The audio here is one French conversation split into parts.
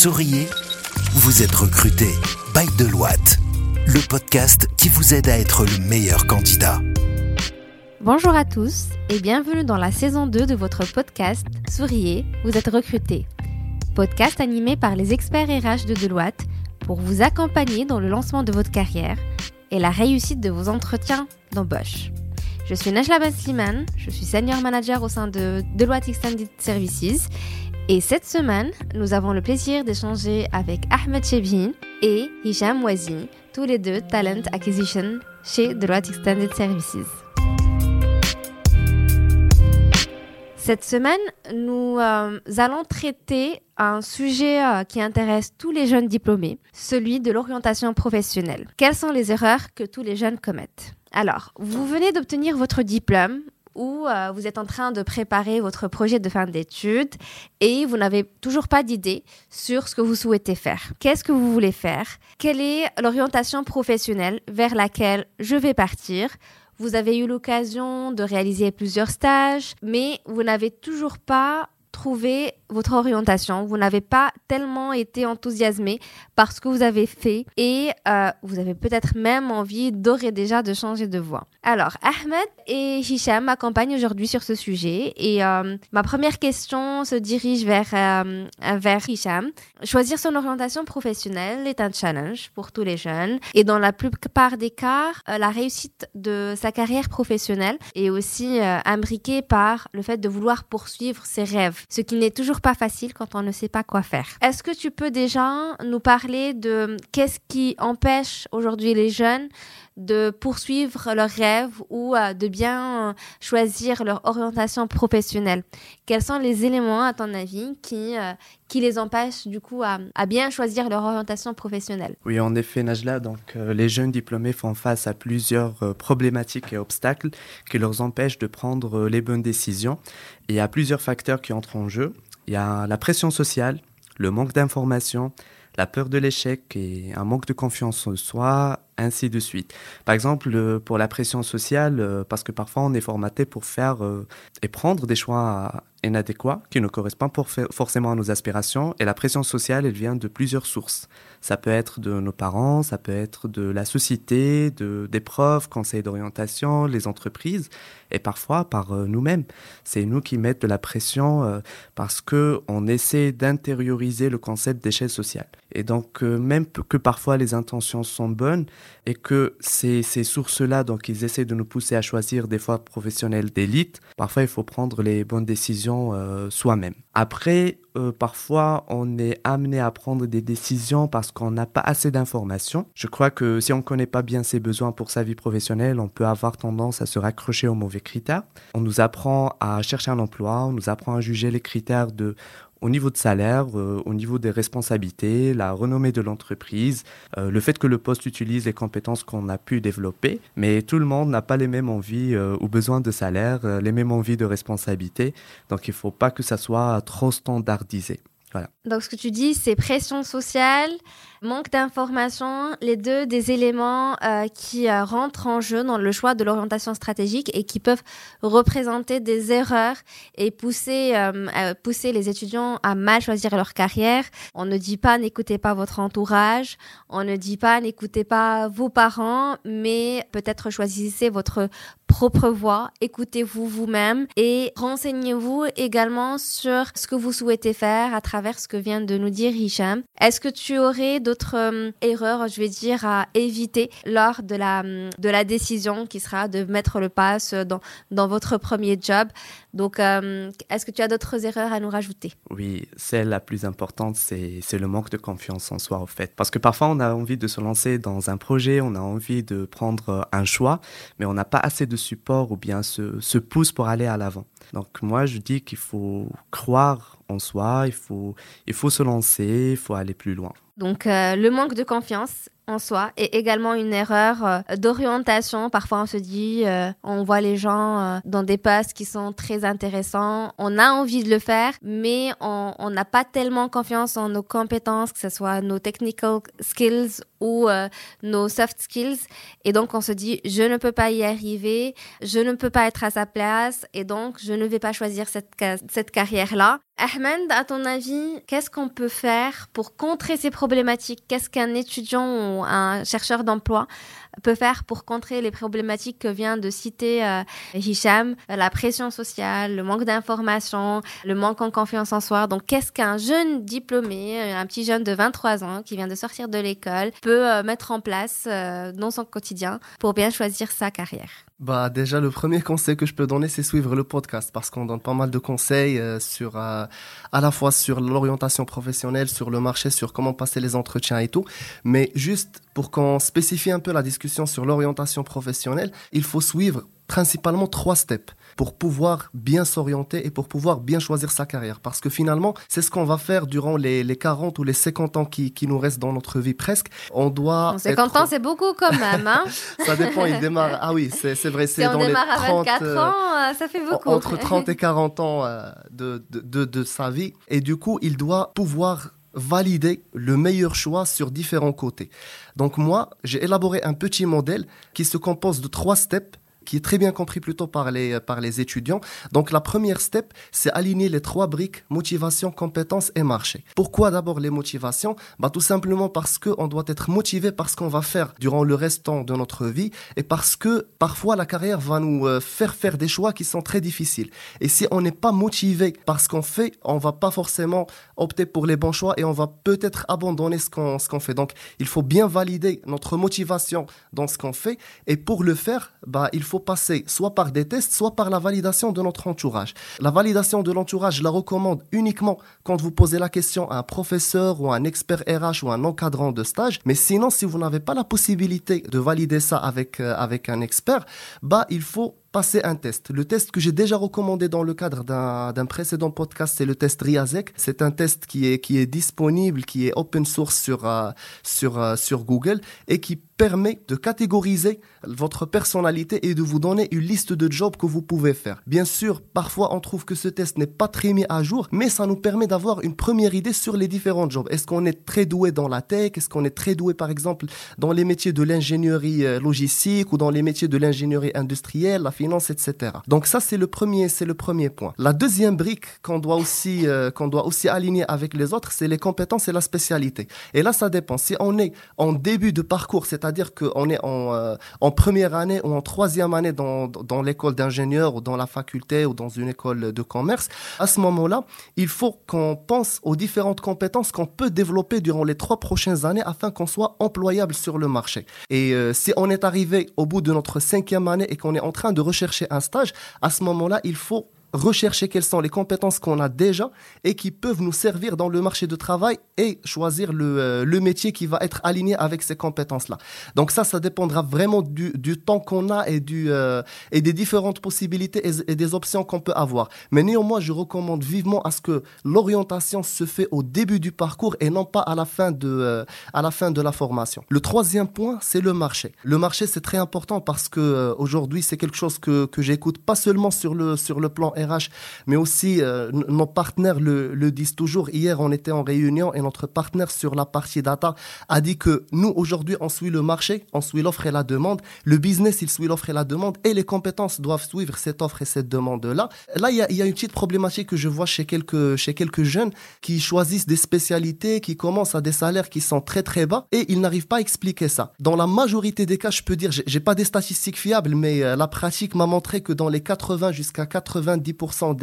Souriez, vous êtes recruté by Deloitte, le podcast qui vous aide à être le meilleur candidat. Bonjour à tous et bienvenue dans la saison 2 de votre podcast Souriez, vous êtes recruté. Podcast animé par les experts RH de Deloitte pour vous accompagner dans le lancement de votre carrière et la réussite de vos entretiens d'embauche. Je suis Najla Ben Slimane, je suis Senior Manager au sein de Deloitte Extended Services et cette semaine, nous avons le plaisir d'échanger avec Ahmed Chebhin et Hicham Mouazi, tous les deux Talent Acquisition chez Deloitte Extended Services. Cette semaine, nous allons traiter un sujet qui intéresse tous les jeunes diplômés, celui de l'orientation professionnelle. Quelles sont les erreurs que tous les jeunes commettent ? Alors, vous venez d'obtenir votre diplôme ou vous êtes en train de préparer votre projet de fin d'études et vous n'avez toujours pas d'idée sur ce que vous souhaitez faire. Qu'est-ce que vous voulez faire ? Quelle est l'orientation professionnelle vers laquelle je vais partir ? Vous avez eu l'occasion de réaliser plusieurs stages, mais vous n'avez toujours pas trouvé votre orientation. Vous n'avez pas tellement été enthousiasmé par ce que vous avez fait et vous avez peut-être même envie d'ores et déjà de changer de voie. Alors, Ahmed et Hicham m'accompagnent aujourd'hui sur ce sujet et ma première question se dirige vers Hicham. Choisir son orientation professionnelle est un challenge pour tous les jeunes et dans la plupart des cas, la réussite de sa carrière professionnelle est aussi imbriquée par le fait de vouloir poursuivre ses rêves, ce qui n'est toujours pas facile quand on ne sait pas quoi faire. Est-ce que tu peux déjà nous parler de qu'est-ce qui empêche aujourd'hui les jeunes de poursuivre leurs rêves ou de bien choisir leur orientation professionnelle ? Quels sont les éléments, à ton avis, qui les empêchent du coup à bien choisir leur orientation professionnelle ? Oui, en effet, Najla, les jeunes diplômés font face à plusieurs problématiques et obstacles qui leur empêchent de prendre les bonnes décisions. Et il y a plusieurs facteurs qui entrent en jeu. Il y a la pression sociale, le manque d'informations, la peur de l'échec et un manque de confiance en soi, ainsi de suite. Par exemple, pour la pression sociale, parce que parfois on est formaté pour faire et prendre des choix inadéquats qui ne correspondent pas forcément à nos aspirations. Et la pression sociale, elle vient de plusieurs sources. Ça peut être de nos parents, ça peut être de la société, des profs, conseils d'orientation, les entreprises, et parfois par nous-mêmes. C'est nous qui mettons de la pression parce qu'on essaie d'intérioriser le concept d'échelle sociale. Et donc, même que parfois les intentions sont bonnes, et que ces sources-là, donc ils essaient de nous pousser à choisir des voies professionnelles d'élite. Parfois, il faut prendre les bonnes décisions soi-même. Après, parfois, on est amené à prendre des décisions parce qu'on n'a pas assez d'informations. Je crois que si on ne connaît pas bien ses besoins pour sa vie professionnelle, on peut avoir tendance à se raccrocher aux mauvais critères. On nous apprend à chercher un emploi, on nous apprend à juger les critères au niveau de salaire, au niveau des responsabilités, la renommée de l'entreprise, le fait que le poste utilise les compétences qu'on a pu développer. Mais tout le monde n'a pas les mêmes envies ou besoins de salaire, les mêmes envies de responsabilité. Donc, il ne faut pas que ça soit trop standardisé. Voilà. Donc, ce que tu dis, c'est pression sociale, manque d'informations, les deux des éléments qui rentrent en jeu dans le choix de l'orientation stratégique et qui peuvent représenter des erreurs et pousser les étudiants à mal choisir leur carrière. On ne dit pas n'écoutez pas votre entourage, on ne dit pas n'écoutez pas vos parents, mais peut-être choisissez votre propre voie, écoutez-vous vous-même et renseignez-vous également sur ce que vous souhaitez faire à travers ce que vient de nous dire Hicham. Est-ce que tu aurais d'autres erreurs, à éviter lors de la décision qui sera de mettre le pass dans votre premier job ? Donc, est-ce que tu as d'autres erreurs à nous rajouter ? Oui, celle la plus importante, c'est le manque de confiance en soi, en fait. Parce que parfois, on a envie de se lancer dans un projet, on a envie de prendre un choix, mais on n'a pas assez de support ou bien ce pouce pour aller à l'avant. Donc, moi, je dis qu'il faut croire en soi, il faut se lancer, il faut aller plus loin. Donc, le manque de confiance en soi est également une erreur d'orientation. Parfois, on se dit, on voit les gens dans des postes qui sont très intéressants. On a envie de le faire, mais on n'a pas tellement confiance en nos compétences, que ce soit nos technical skills ou nos soft skills. Et donc, on se dit, je ne peux pas y arriver, je ne peux pas être à sa place et donc, je ne vais pas choisir cette carrière-là. Ahmed, à ton avis, qu'est-ce qu'on peut faire pour contrer ces problématiques? Qu'est-ce qu'un étudiant ou un chercheur d'emploi peut faire pour contrer les problématiques que vient de citer Hicham, la pression sociale, le manque d'information, le manque en confiance en soi? Donc, qu'est-ce qu'un jeune diplômé, un petit jeune de 23 ans qui vient de sortir de l'école peut mettre en place dans son quotidien pour bien choisir sa carrière? Déjà, le premier conseil que je peux donner, c'est suivre le podcast parce qu'on donne pas mal de conseils sur à la fois sur l'orientation professionnelle, sur le marché, sur comment passer les entretiens et tout. Mais juste pour qu'on spécifie un peu la discussion sur l'orientation professionnelle, il faut suivre principalement 3 steps pour pouvoir bien s'orienter et pour pouvoir bien choisir sa carrière. Parce que finalement, c'est ce qu'on va faire durant les 40 ou les 50 ans qui nous restent dans notre vie presque. On doit 50 ans, c'est beaucoup quand même. Hein. Ça dépend, il démarre... Ah oui, c'est vrai, c'est si dans on les démarre 30... à 24 ans, ça fait beaucoup. Entre 30 et 40 ans de sa vie. Et du coup, il doit pouvoir valider le meilleur choix sur différents côtés. Donc moi, j'ai élaboré un petit modèle qui se compose de 3 steps qui est très bien compris plutôt par les étudiants. Donc la première step, c'est aligner les 3 briques, motivation, compétences et marché. Pourquoi d'abord les motivations? Tout simplement parce qu'on doit être motivé par ce qu'on va faire durant le restant de notre vie et parce que parfois la carrière va nous faire des choix qui sont très difficiles. Et si on n'est pas motivé par ce qu'on fait, on va pas forcément opter pour les bons choix et on va peut-être abandonner ce qu'on fait. Donc il faut bien valider notre motivation dans ce qu'on fait et pour le faire, il faut passer soit par des tests, soit par la validation de notre entourage. La validation de l'entourage, je la recommande uniquement quand vous posez la question à un professeur ou à un expert RH ou un encadrant de stage. Mais sinon, si vous n'avez pas la possibilité de valider ça avec un expert, il faut passer un test. Le test que j'ai déjà recommandé dans le cadre d'un précédent podcast, c'est le test RIASEC. C'est un test qui est disponible, qui est open source sur Google et qui permet de catégoriser votre personnalité et de vous donner une liste de jobs que vous pouvez faire. Bien sûr, parfois on trouve que ce test n'est pas très mis à jour, mais ça nous permet d'avoir une première idée sur les différents jobs. Est-ce qu'on est très doué dans la tech? Est-ce qu'on est très doué par exemple dans les métiers de l'ingénierie logistique ou dans les métiers de l'ingénierie industrielle, la finance, etc. Donc ça c'est le premier point. La deuxième brique qu'on doit aussi aligner avec les autres, c'est les compétences et la spécialité. Et là ça dépend. Si on est en début de parcours, c'est-à-dire qu'on est en première année ou en 3e année dans l'école d'ingénieur ou dans la faculté ou dans une école de commerce, à ce moment-là, il faut qu'on pense aux différentes compétences qu'on peut développer durant les 3 prochaines années afin qu'on soit employable sur le marché. Et si on est arrivé au bout de notre 5e année et qu'on est en train de rechercher un stage, à ce moment-là, il faut rechercher quelles sont les compétences qu'on a déjà et qui peuvent nous servir dans le marché de travail et choisir le métier qui va être aligné avec ces compétences-là. Donc ça dépendra vraiment du temps qu'on a et des différentes possibilités et des options qu'on peut avoir. Mais néanmoins, je recommande vivement à ce que l'orientation se fait au début du parcours et non pas à la fin de la formation. Le 3e point, c'est le marché. Le marché, c'est très important parce que aujourd'hui, c'est quelque chose que j'écoute pas seulement sur le plan RH, mais aussi nos partenaires le disent toujours. Hier, on était en réunion et notre partenaire sur la partie data a dit que nous, aujourd'hui, on suit le marché, on suit l'offre et la demande. Le business, il suit l'offre et la demande et les compétences doivent suivre cette offre et cette demande-là. Là, il y a une petite problématique que je vois chez quelques jeunes qui choisissent des spécialités, qui commencent à des salaires qui sont très très bas et ils n'arrivent pas à expliquer ça. Dans la majorité des cas, je peux dire, j'ai pas des statistiques fiables, mais la pratique m'a montré que dans les 80 jusqu'à 90%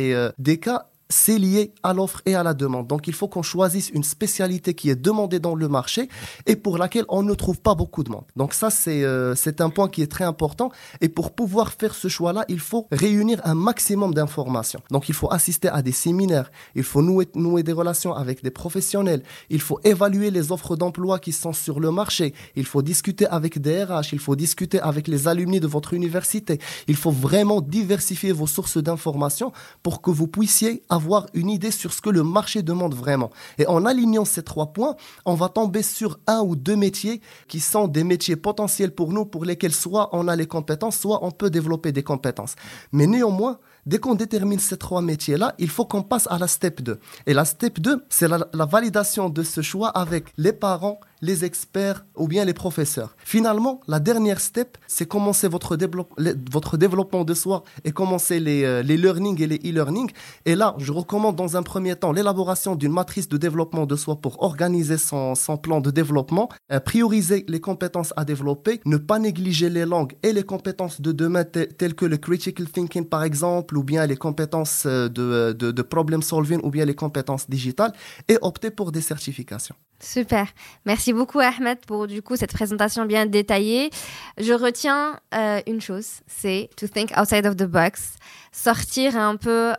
des cas, c'est lié à l'offre et à la demande. Donc, il faut qu'on choisisse une spécialité qui est demandée dans le marché et pour laquelle on ne trouve pas beaucoup de monde. Donc, ça, c'est un point qui est très important. Et pour pouvoir faire ce choix-là, il faut réunir un maximum d'informations. Donc, il faut assister à des séminaires. Il faut nouer des relations avec des professionnels. Il faut évaluer les offres d'emploi qui sont sur le marché. Il faut discuter avec des RH. Il faut discuter avec les alumni de votre université. Il faut vraiment diversifier vos sources d'informations pour que vous puissiez avoir une idée sur ce que le marché demande vraiment. Et en alignant ces 3 points, on va tomber sur 1 ou 2 métiers qui sont des métiers potentiels pour nous, pour lesquels soit on a les compétences, soit on peut développer des compétences. Mais néanmoins, dès qu'on détermine ces 3 métiers-là, il faut qu'on passe à la step 2. Et la step 2, c'est la validation de ce choix avec les parents les experts ou bien les professeurs. Finalement, la dernière step, c'est commencer votre développement de soi et commencer les learning et les e-learning. Et là, je recommande dans un premier temps l'élaboration d'une matrice de développement de soi pour organiser son plan de développement, prioriser les compétences à développer, ne pas négliger les langues et les compétences de demain telles que le critical thinking par exemple, ou bien les compétences de problem solving ou bien les compétences digitales et opter pour des certifications. Super. Merci beaucoup Ahmed pour du coup cette présentation bien détaillée. Je retiens une chose, c'est to think outside of the box, sortir un peu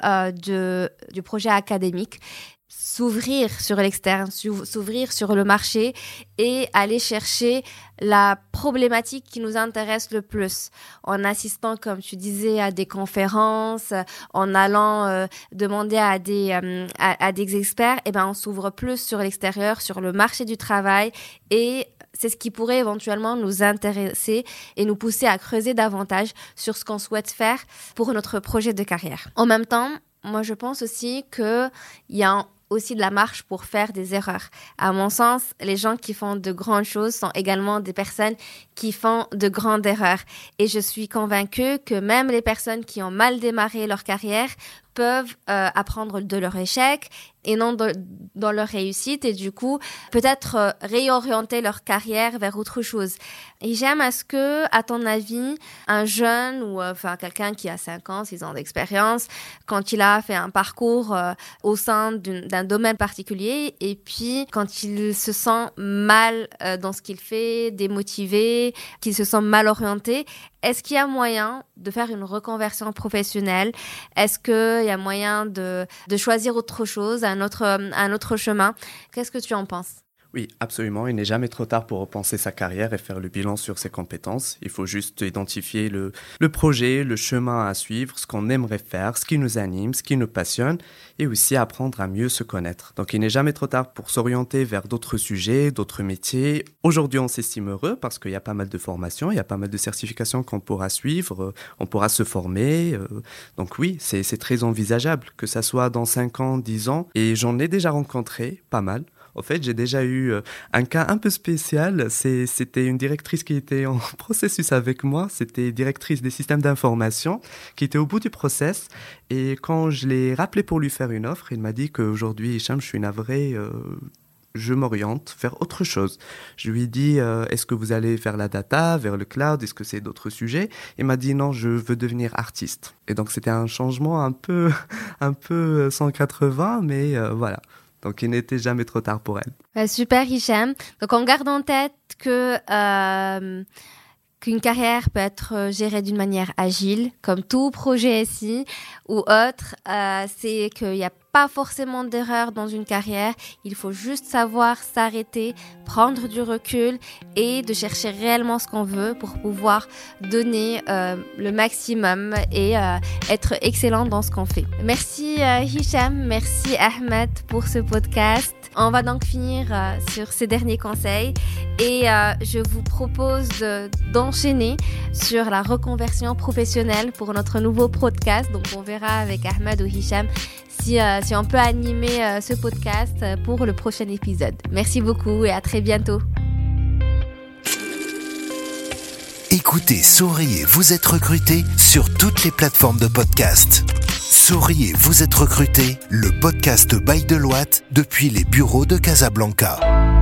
du projet académique, s'ouvrir sur l'externe, s'ouvrir sur le marché et aller chercher la problématique qui nous intéresse le plus en assistant, comme tu disais, à des conférences, en allant demander à des experts, et ben on s'ouvre plus sur l'extérieur, sur le marché du travail et c'est ce qui pourrait éventuellement nous intéresser et nous pousser à creuser davantage sur ce qu'on souhaite faire pour notre projet de carrière. En même temps, moi je pense aussi qu'il y a aussi de la marge pour faire des erreurs. À mon sens, les gens qui font de grandes choses sont également des personnes qui font de grandes erreurs. Et je suis convaincue que même les personnes qui ont mal démarré leur carrière peuvent apprendre de leur échec et non dans leur réussite et du coup peut-être réorienter leur carrière vers autre chose. Hicham, est-ce que, à ton avis, un jeune ou quelqu'un qui a 5 ans, 6 ans d'expérience, quand il a fait un parcours au sein d'un domaine particulier et puis quand il se sent mal dans ce qu'il fait, démotivé, qu'il se sent mal orienté, est-ce qu'il y a moyen de faire une reconversion professionnelle? Est-ce qu'il y a moyen de choisir autre chose, un autre chemin? Qu'est-ce que tu en penses? Oui, absolument. Il n'est jamais trop tard pour repenser sa carrière et faire le bilan sur ses compétences. Il faut juste identifier le projet, le chemin à suivre, ce qu'on aimerait faire, ce qui nous anime, ce qui nous passionne et aussi apprendre à mieux se connaître. Donc, il n'est jamais trop tard pour s'orienter vers d'autres sujets, d'autres métiers. Aujourd'hui, on s'estime heureux parce qu'il y a pas mal de formations, il y a pas mal de certifications qu'on pourra suivre, on pourra se former. Donc oui, c'est très envisageable que ça soit dans 5 ans, 10 ans. Et j'en ai déjà rencontré pas mal. En fait, j'ai déjà eu un cas un peu spécial. C'était une directrice qui était en processus avec moi. C'était directrice des systèmes d'information qui était au bout du process. Et quand je l'ai rappelé pour lui faire une offre, il m'a dit qu'aujourd'hui, Hicham, je suis navré, je m'oriente vers autre chose. Je lui ai dit, est-ce que vous allez vers la data, vers le cloud, est-ce que c'est d'autres sujets? Il m'a dit, non, je veux devenir artiste. Et donc, c'était un changement un peu 180, mais voilà. Donc, il n'était jamais trop tard pour elle. Super, Hicham. Donc, on garde en tête qu'une carrière peut être gérée d'une manière agile, comme tout projet SI ou autre. C'est qu'il n'y a pas forcément d'erreur dans une carrière. Il faut juste savoir s'arrêter, prendre du recul et de chercher réellement ce qu'on veut pour pouvoir donner le maximum et être excellent dans ce qu'on fait. Merci Hicham, merci Ahmed pour ce podcast. On va donc finir sur ces derniers conseils et je vous propose d'enchaîner sur la reconversion professionnelle pour notre nouveau podcast. Donc on verra avec Ahmed ou Hicham si on peut animer ce podcast pour le prochain épisode. Merci beaucoup et à très bientôt. Écoutez Souriez, vous êtes recruté sur toutes les plateformes de podcast. Souriez, vous êtes recruté, le podcast by Deloitte depuis les bureaux de Casablanca.